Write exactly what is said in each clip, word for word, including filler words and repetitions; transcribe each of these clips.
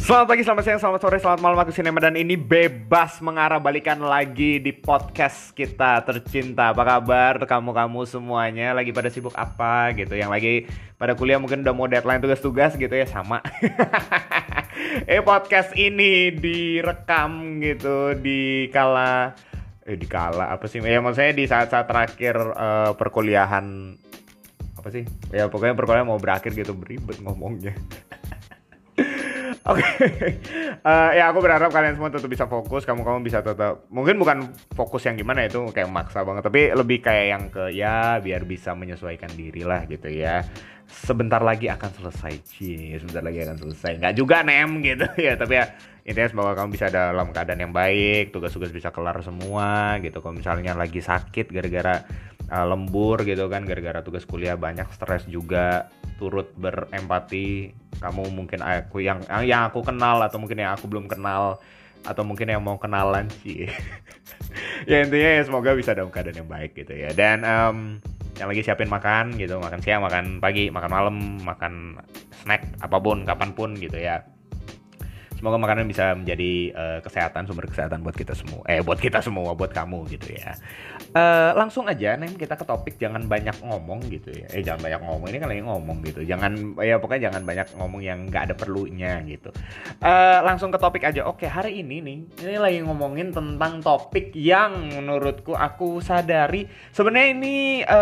Selamat pagi, selamat siang, selamat sore, selamat malam. Aku Sinema dan ini bebas mengarah balikan lagi di podcast kita tercinta. Apa kabar kamu-kamu semuanya? Lagi pada sibuk apa gitu? Yang lagi pada kuliah mungkin udah mau deadline tugas-tugas gitu ya, sama. eh podcast ini direkam gitu di kala eh di kala apa sih? Ya maksudnya di saat-saat terakhir uh, perkuliahan apa sih? Ya pokoknya perkuliahan mau berakhir gitu, beribet ngomongnya. Oke, okay. uh, ya aku berharap kalian semua tetap bisa fokus, kamu-kamu bisa tetap, mungkin bukan fokus yang gimana itu kayak maksa banget, tapi lebih kayak yang ke ya biar bisa menyesuaikan diri lah gitu ya. Sebentar lagi akan selesai, Ci, sebentar lagi akan selesai, nggak juga nem gitu ya, tapi ya intinya semoga kamu bisa dalam keadaan yang baik, tugas-tugas bisa kelar semua gitu. Kalau misalnya lagi sakit gara-gara uh, lembur gitu kan, gara-gara tugas kuliah banyak, stres juga, turut berempati. Kamu mungkin aku yang yang aku kenal atau mungkin yang aku belum kenal atau mungkin yang mau kenalan sih. Ya intinya ya semoga bisa dalam keadaan yang baik gitu ya. Dan um, yang lagi siapin makan gitu, makan siang, makan pagi, makan malam, makan snack apapun kapanpun gitu ya. Semoga makanan bisa menjadi uh, kesehatan, sumber kesehatan buat kita semua. Eh, buat kita semua, buat kamu gitu ya. Uh, langsung aja, nih kita ke topik, jangan banyak ngomong gitu ya. Eh, jangan banyak ngomong, ini kan lagi ngomong gitu. Jangan, ya pokoknya jangan banyak ngomong yang nggak ada perlunya gitu. Uh, langsung ke topik aja. Oke, hari ini nih, ini lagi ngomongin tentang topik yang menurutku aku sadari sebenarnya ini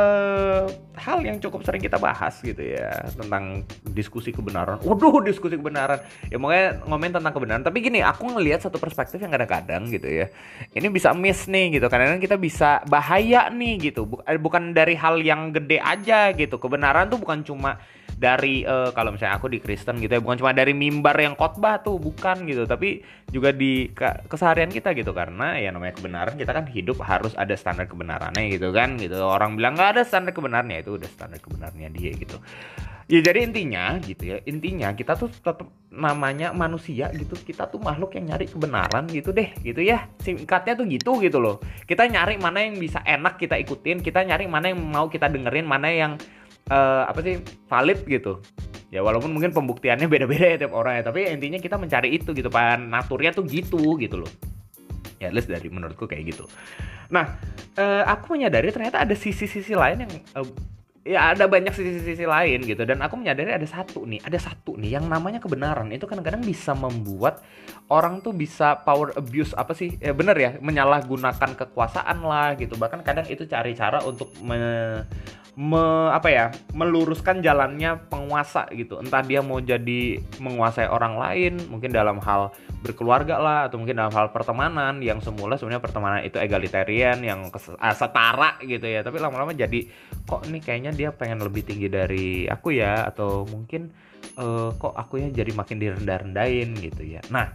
uh, hal yang cukup sering kita bahas gitu ya, tentang diskusi kebenaran. Waduh, diskusi kebenaran. Ya makanya ngomongin tentang kebenaran, tapi gini, aku ngelihat satu perspektif yang kadang-kadang gitu ya, ini bisa miss nih gitu, kadang-kadang kita bisa bahaya nih gitu, bukan dari hal yang gede aja gitu. Kebenaran tuh bukan cuma dari uh, kalau misalnya aku di Kristen gitu ya, bukan cuma dari mimbar yang khotbah tuh, bukan gitu, tapi juga di ke- keseharian kita gitu. Karena ya namanya kebenaran, kita kan hidup harus ada standar kebenarannya gitu kan gitu. Orang bilang nggak ada standar kebenarannya, itu udah standar kebenarannya dia gitu. Ya jadi intinya gitu ya, intinya kita tuh tetap namanya manusia gitu, kita tuh makhluk yang nyari kebenaran gitu deh gitu ya, singkatnya tuh gitu gitu loh. Kita nyari mana yang bisa enak kita ikutin, kita nyari mana yang mau kita dengerin, mana yang uh, apa sih valid gitu ya, walaupun mungkin pembuktiannya beda-beda ya tiap orang ya, tapi intinya kita mencari itu gitu, pan naturnya tuh gitu gitu loh ya, at least dari menurutku kayak gitu. Nah uh, aku menyadari ternyata ada sisi-sisi lain yang uh, ya ada banyak sisi-sisi lain gitu, dan aku menyadari ada satu nih, ada satu nih yang namanya kebenaran itu kadang-kadang bisa membuat orang tuh bisa power abuse, apa sih ya, bener ya, menyalahgunakan kekuasaan lah gitu. Bahkan kadang itu cari cara untuk me, me apa ya meluruskan jalannya penguasa gitu, entah dia mau jadi menguasai orang lain, mungkin dalam hal berkeluarga lah, atau mungkin dalam hal pertemanan yang semula sebenarnya pertemanan itu egalitarian, yang kes- ah, setara gitu ya, tapi lama-lama jadi kok nih kayaknya dia pengen lebih tinggi dari aku ya, atau mungkin uh, kok aku ya jadi makin direndah-rendahin gitu ya. Nah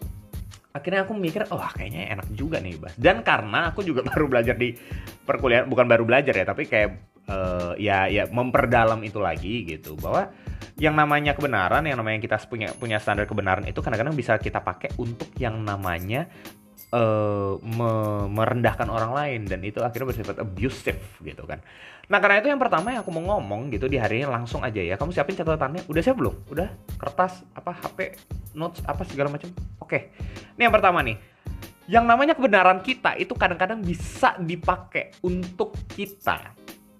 akhirnya aku mikir, oh kayaknya enak juga nih Bas. Dan karena aku juga baru belajar di perkuliahan, bukan baru belajar ya, tapi kayak uh, ya ya memperdalam itu lagi gitu, bahwa yang namanya kebenaran, yang namanya kita punya punya standar kebenaran itu kadang-kadang bisa kita pakai untuk yang namanya uh, me- merendahkan orang lain, dan itu akhirnya bersifat abusive gitu kan. Nah karena itu yang pertama yang aku mau ngomong gitu di hari ini, langsung aja ya, kamu siapin catatannya, udah siap belum? Udah? Kertas, apa, H P, notes, apa segala macam. Oke, ini yang pertama nih, yang namanya kebenaran kita itu kadang-kadang bisa dipakai untuk kita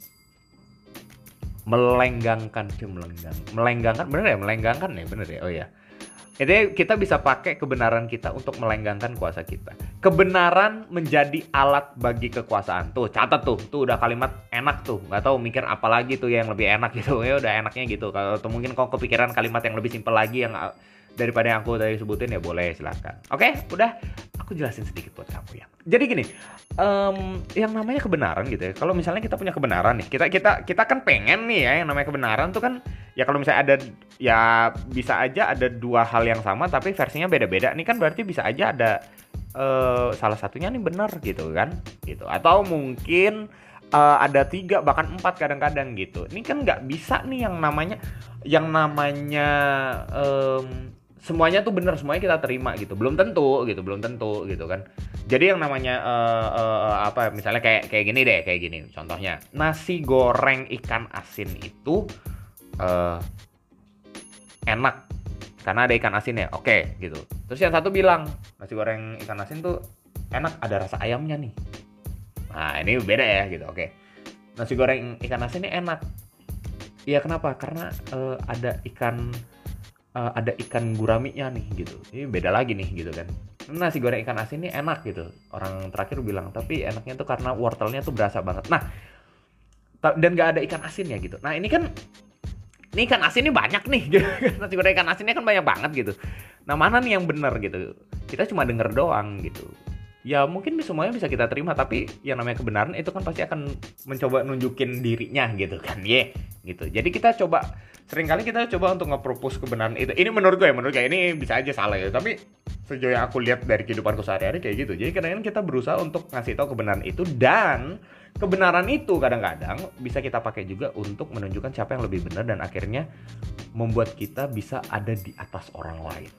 melenggangkan, cuy, melenggang, melenggangkan, bener ya, melenggangkan ya, bener ya, oh ya. Jadi kita bisa pakai kebenaran kita untuk melenggangkan kuasa kita. Kebenaran menjadi alat bagi kekuasaan. Tuh, catat tuh, tuh udah kalimat enak tuh. Nggak tahu mikir apa lagi tuh yang lebih enak gitu. Ya udah enaknya gitu. Kalau mungkin kau kepikiran kalimat yang lebih simpel lagi yang daripada yang aku tadi sebutin, ya boleh silakan. Oke, udah aku jelasin sedikit buat kamu ya. Jadi gini, um, yang namanya kebenaran gitu ya. Kalau misalnya kita punya kebenaran nih, kita kita kita kan pengen nih ya, yang namanya kebenaran tuh kan ya, kalau misalnya ada, ya bisa aja ada dua hal yang sama tapi versinya beda-beda. Nih kan berarti bisa aja ada uh, salah satunya nih benar gitu kan, gitu. Atau mungkin uh, ada tiga bahkan empat kadang-kadang gitu. Ini kan nggak bisa nih yang namanya yang namanya um, semuanya tuh benar, semuanya kita terima gitu, belum tentu gitu, belum tentu gitu kan. Jadi yang namanya uh, uh, apa, misalnya kayak kayak gini deh, kayak gini contohnya, nasi goreng ikan asin itu uh, enak karena ada ikan asin ya, oke gitu. Terus yang satu bilang nasi goreng ikan asin tuh enak, ada rasa ayamnya nih. Nah ini beda ya gitu, oke. Nasi goreng ikan asin ini enak. Iya kenapa? Karena uh, ada ikan uh, ada ikan guraminya nih gitu. Ini beda lagi nih gitu kan. Nasi goreng ikan asin ini enak gitu. Orang terakhir bilang, tapi enaknya tuh karena wortelnya tuh berasa banget. Nah dan gak ada ikan asin ya gitu. Nah ini kan ini ikan asin ini banyak nih gitu. Nasi goreng ikan asinnya kan banyak banget gitu. Nah mana nih yang benar gitu? Kita cuma denger doang gitu. Ya mungkin semuanya bisa kita terima, tapi yang namanya kebenaran itu kan pasti akan mencoba nunjukin dirinya gitu kan, ye gitu. Jadi kita coba, seringkali kita coba untuk nge-propose kebenaran itu. Ini menurut gue ya, menurut gue ini bisa aja salah ya, tapi sejauh yang aku lihat dari kehidupanku sehari-hari kayak gitu. Jadi kadang-kadang kita berusaha untuk ngasih tahu kebenaran itu, dan kebenaran itu kadang-kadang bisa kita pakai juga untuk menunjukkan siapa yang lebih benar, dan akhirnya membuat kita bisa ada di atas orang lain.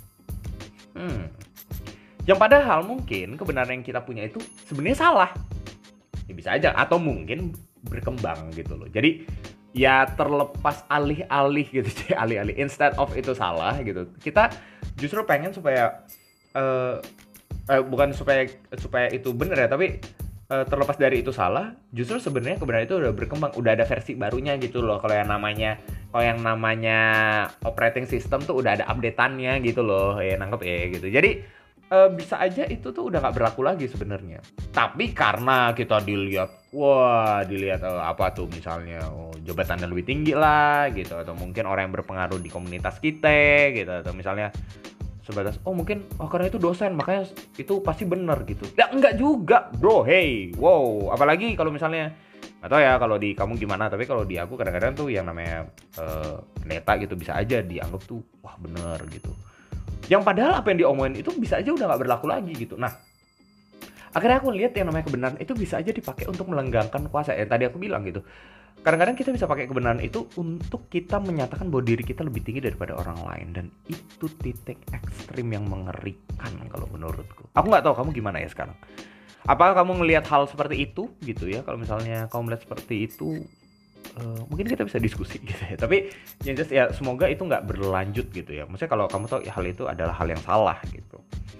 Hmm. Yang padahal mungkin kebenaran yang kita punya itu sebenarnya salah. Ya bisa aja, atau mungkin berkembang gitu loh. Jadi ya terlepas alih-alih gitu, alih-alih instead of itu salah gitu. Kita justru pengen supaya uh, uh, bukan supaya supaya itu benar ya, tapi uh, terlepas dari itu salah, justru sebenarnya kebenaran itu udah berkembang, udah ada versi barunya gitu loh. Kalau yang namanya kalau yang namanya operating system tuh udah ada update-annya gitu loh. Ya nangkep ya gitu. Jadi Uh, bisa aja itu tuh udah nggak berlaku lagi sebenarnya. Tapi karena kita dilihat, wah dilihat uh, apa tuh misalnya oh, jabatannya lebih tinggi lah gitu, atau mungkin orang yang berpengaruh di komunitas kita gitu, atau misalnya sebatas oh mungkin oh karena itu dosen makanya itu pasti benar gitu. Ya enggak juga bro, hey wow. Apalagi kalau misalnya atau ya kalau di kamu gimana, tapi kalau di aku kadang-kadang tuh yang namanya uh, pendeta gitu bisa aja dianggap tuh wah benar gitu. Yang padahal apa yang diomongin itu bisa aja udah gak berlaku lagi gitu. Nah, akhirnya aku lihat yang namanya kebenaran itu bisa aja dipakai untuk melenggangkan kuasa. Yang tadi aku bilang gitu. Kadang-kadang kita bisa pakai kebenaran itu untuk kita menyatakan bahwa diri kita lebih tinggi daripada orang lain. Dan itu titik ekstrim yang mengerikan kalau menurutku. Aku gak tahu kamu gimana ya sekarang. Apakah kamu ngelihat hal seperti itu gitu ya? Kalau misalnya kamu melihat seperti itu, Uh, mungkin kita bisa diskusi gitu ya. Tapi yang jelas ya semoga itu nggak berlanjut gitu ya. Maksudnya kalau kamu tahu ya, hal itu adalah hal yang salah gitu.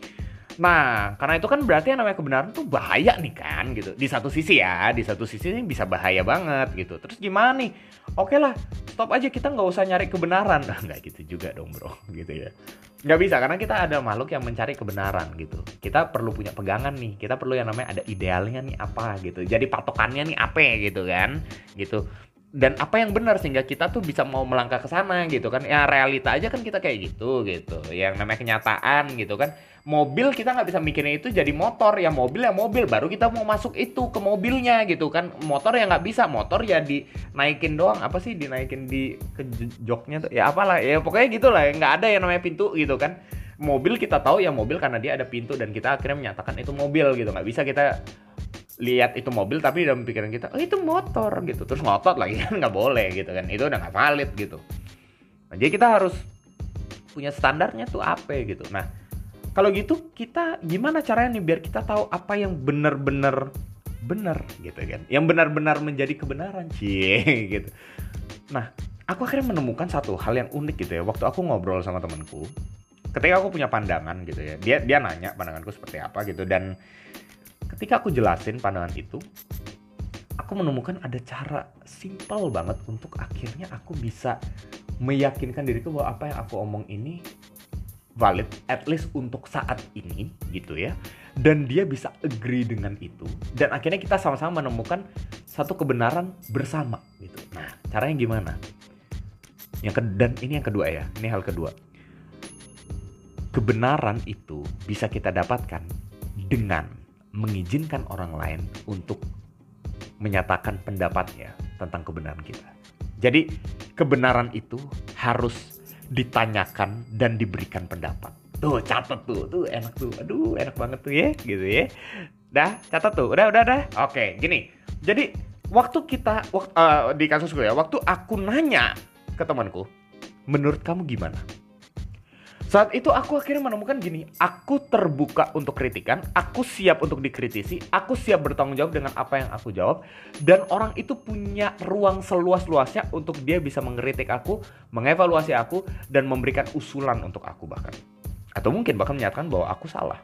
Nah karena itu kan berarti yang namanya kebenaran tuh bahaya nih kan gitu. Di satu sisi ya, di satu sisi ini bisa bahaya banget gitu. Terus gimana nih? Oke lah, stop aja, kita nggak usah nyari kebenaran. Nah, nggak gitu juga dong bro gitu ya. Nggak bisa, karena kita ada makhluk yang mencari kebenaran gitu. Kita perlu punya pegangan nih. Kita perlu yang namanya ada idealnya nih apa gitu. Jadi patokannya nih apa gitu kan gitu. Dan apa yang benar sehingga kita tuh bisa mau melangkah ke sana gitu kan. Ya realita aja kan kita kayak gitu gitu. Yang namanya kenyataan gitu kan. Mobil kita nggak bisa mikirnya itu jadi motor. Ya mobil ya mobil, baru kita mau masuk itu ke mobilnya gitu kan. Motor ya nggak bisa, motor ya dinaikin doang. Apa sih dinaikin di ke joknya tuh ya apalah ya pokoknya gitulah. Nggak ada yang namanya pintu gitu kan. Mobil kita tahu ya mobil karena dia ada pintu, dan kita akhirnya menyatakan itu mobil gitu. Nggak bisa kita lihat itu mobil tapi dalam pikiran kita oh itu motor gitu, terus ngotot lagi kan nggak boleh gitu kan, itu udah nggak valid gitu. Nah, jadi kita harus punya standarnya tuh apa gitu. Nah kalau gitu kita gimana caranya nih biar kita tahu apa yang benar-benar benar gitu kan, yang benar-benar menjadi kebenaran cie gitu. Nah aku akhirnya menemukan satu hal yang unik gitu ya waktu aku ngobrol sama temanku. Ketika aku punya pandangan gitu ya, dia dia nanya pandanganku seperti apa gitu, dan ketika aku jelasin pandangan itu, aku menemukan ada cara simpel banget untuk akhirnya aku bisa meyakinkan diriku bahwa apa yang aku omong ini valid, at least untuk saat ini gitu ya. Dan dia bisa agree dengan itu, dan akhirnya kita sama-sama menemukan satu kebenaran bersama gitu. Nah caranya gimana? Yang ke- dan ini yang kedua ya, ini hal kedua. Kebenaran itu bisa kita dapatkan dengan mengizinkan orang lain untuk menyatakan pendapatnya tentang kebenaran kita. Jadi kebenaran itu harus ditanyakan dan diberikan pendapat. Tuh catat tuh, tuh enak tuh, aduh enak banget tuh ya, gitu ya. Dah catat tuh, udah udah dah. Oke, gini. Jadi waktu kita waktu, uh, di kasus gue ya, waktu aku nanya ke temanku, menurut kamu gimana? Saat itu aku akhirnya menemukan gini, aku terbuka untuk kritikan, aku siap untuk dikritisi, aku siap bertanggung jawab dengan apa yang aku jawab, dan orang itu punya ruang seluas-luasnya untuk dia bisa mengkritik aku, mengevaluasi aku, dan memberikan usulan untuk aku bahkan. Atau mungkin bahkan menyatakan bahwa aku salah.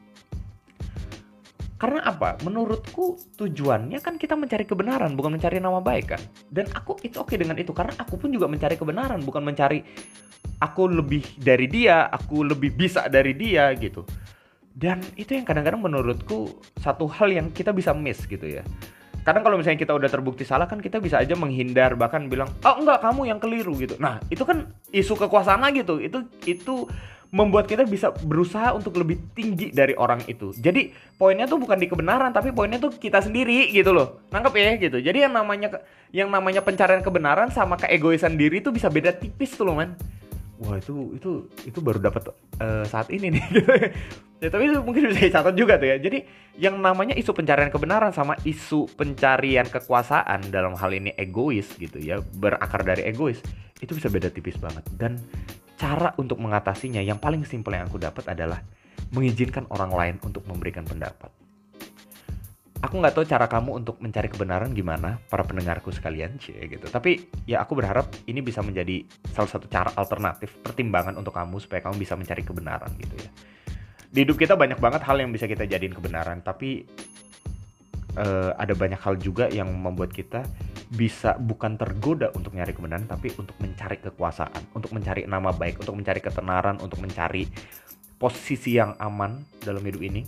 Karena apa? Menurutku tujuannya kan kita mencari kebenaran, bukan mencari nama baik kan. Dan aku itu oke dengan itu, karena aku pun juga mencari kebenaran, bukan mencari aku lebih dari dia, aku lebih bisa dari dia gitu. Dan itu yang kadang-kadang menurutku satu hal yang kita bisa miss gitu ya. Kadang kalau misalnya kita udah terbukti salah kan kita bisa aja menghindar, bahkan bilang, oh enggak, kamu yang keliru gitu. Nah itu kan isu kekuasaan lagi tuh. Itu itu membuat kita bisa berusaha untuk lebih tinggi dari orang itu. Jadi poinnya tuh bukan di kebenaran, tapi poinnya tuh kita sendiri gitu loh. Nangkep ya gitu. Jadi yang namanya yang namanya pencarian kebenaran sama keegoisan diri itu bisa beda tipis tuh loh man. Wah itu itu itu baru dapat uh, saat ini nih. Ya, tapi itu mungkin bisa dicatat juga tuh ya. Jadi yang namanya isu pencarian kebenaran sama isu pencarian kekuasaan, dalam hal ini egois gitu ya, berakar dari egois, itu bisa beda tipis banget. Dan cara untuk mengatasinya yang paling simpel yang aku dapat adalah mengizinkan orang lain untuk memberikan pendapat. Aku nggak tahu cara kamu untuk mencari kebenaran gimana, para pendengarku sekalian, cie gitu. Tapi ya aku berharap ini bisa menjadi salah satu cara alternatif, pertimbangan untuk kamu supaya kamu bisa mencari kebenaran gitu ya. Di hidup kita banyak banget hal yang bisa kita jadiin kebenaran, tapi uh, ada banyak hal juga yang membuat kita bisa bukan tergoda untuk nyari kebenaran, tapi untuk mencari kekuasaan, untuk mencari nama baik, untuk mencari ketenaran, untuk mencari posisi yang aman dalam hidup ini.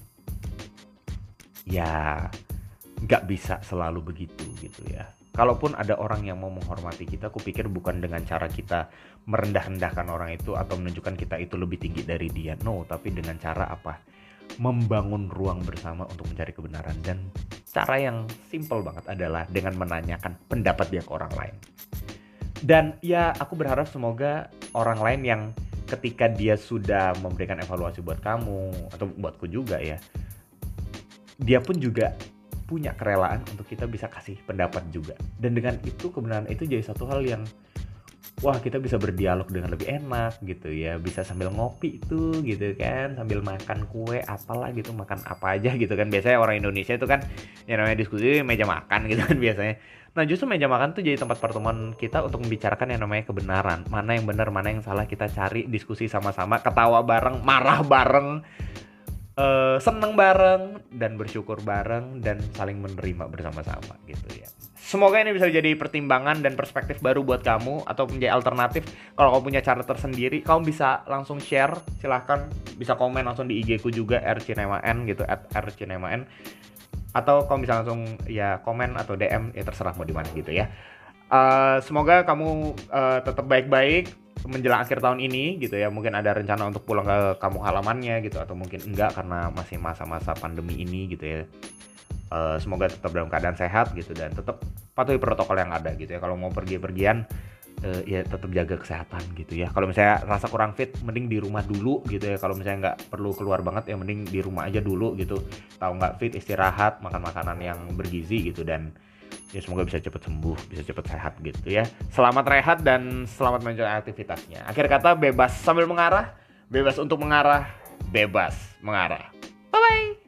Ya nggak bisa selalu begitu gitu ya. Kalaupun ada orang yang mau menghormati kita, aku pikir bukan dengan cara kita merendah-rendahkan orang itu atau menunjukkan kita itu lebih tinggi dari dia. No, tapi dengan cara apa? Membangun ruang bersama untuk mencari kebenaran. Dan cara yang simple banget adalah dengan menanyakan pendapat dia ke orang lain. Dan ya aku berharap semoga orang lain yang ketika dia sudah memberikan evaluasi buat kamu atau buatku juga ya, dia pun juga punya kerelaan untuk kita bisa kasih pendapat juga. Dan dengan itu kebenaran itu jadi satu hal yang wah kita bisa berdialog dengan lebih enak gitu ya. Bisa sambil ngopi tuh gitu kan, sambil makan kue apalah gitu, makan apa aja gitu kan. Biasanya orang Indonesia itu kan yang namanya diskusi meja makan gitu kan biasanya. Nah justru meja makan tuh jadi tempat pertemuan kita untuk membicarakan yang namanya kebenaran. Mana yang benar, mana yang salah, kita cari, diskusi sama-sama, ketawa bareng, marah bareng, Uh, seneng bareng dan bersyukur bareng dan saling menerima bersama-sama gitu ya. Semoga ini bisa jadi pertimbangan dan perspektif baru buat kamu atau menjadi alternatif. Kalau kamu punya cara tersendiri, kamu bisa langsung share, silahkan bisa komen langsung di I G ku juga r cinemaen gitu at r cinemaen, atau kamu bisa langsung ya komen atau D M ya terserah mau di mana gitu ya. Uh, semoga kamu uh, tetap baik-baik menjelang akhir tahun ini gitu ya. Mungkin ada rencana untuk pulang ke kampung halamannya gitu, atau mungkin enggak karena masih masa-masa pandemi ini gitu ya. Uh, semoga tetap dalam keadaan sehat gitu dan tetap patuhi protokol yang ada gitu ya. Kalau mau pergi-pergian uh, ya tetap jaga kesehatan gitu ya. Kalau misalnya rasa kurang fit, mending di rumah dulu gitu ya. Kalau misalnya nggak perlu keluar banget ya mending di rumah aja dulu gitu. Tahu nggak fit, istirahat, makan makanan yang bergizi gitu, dan ya semoga bisa cepat sembuh, bisa cepat sehat gitu ya. Selamat rehat dan selamat menjalani aktivitasnya. Akhir kata, bebas sambil mengarah, bebas untuk mengarah, bebas mengarah. Bye bye.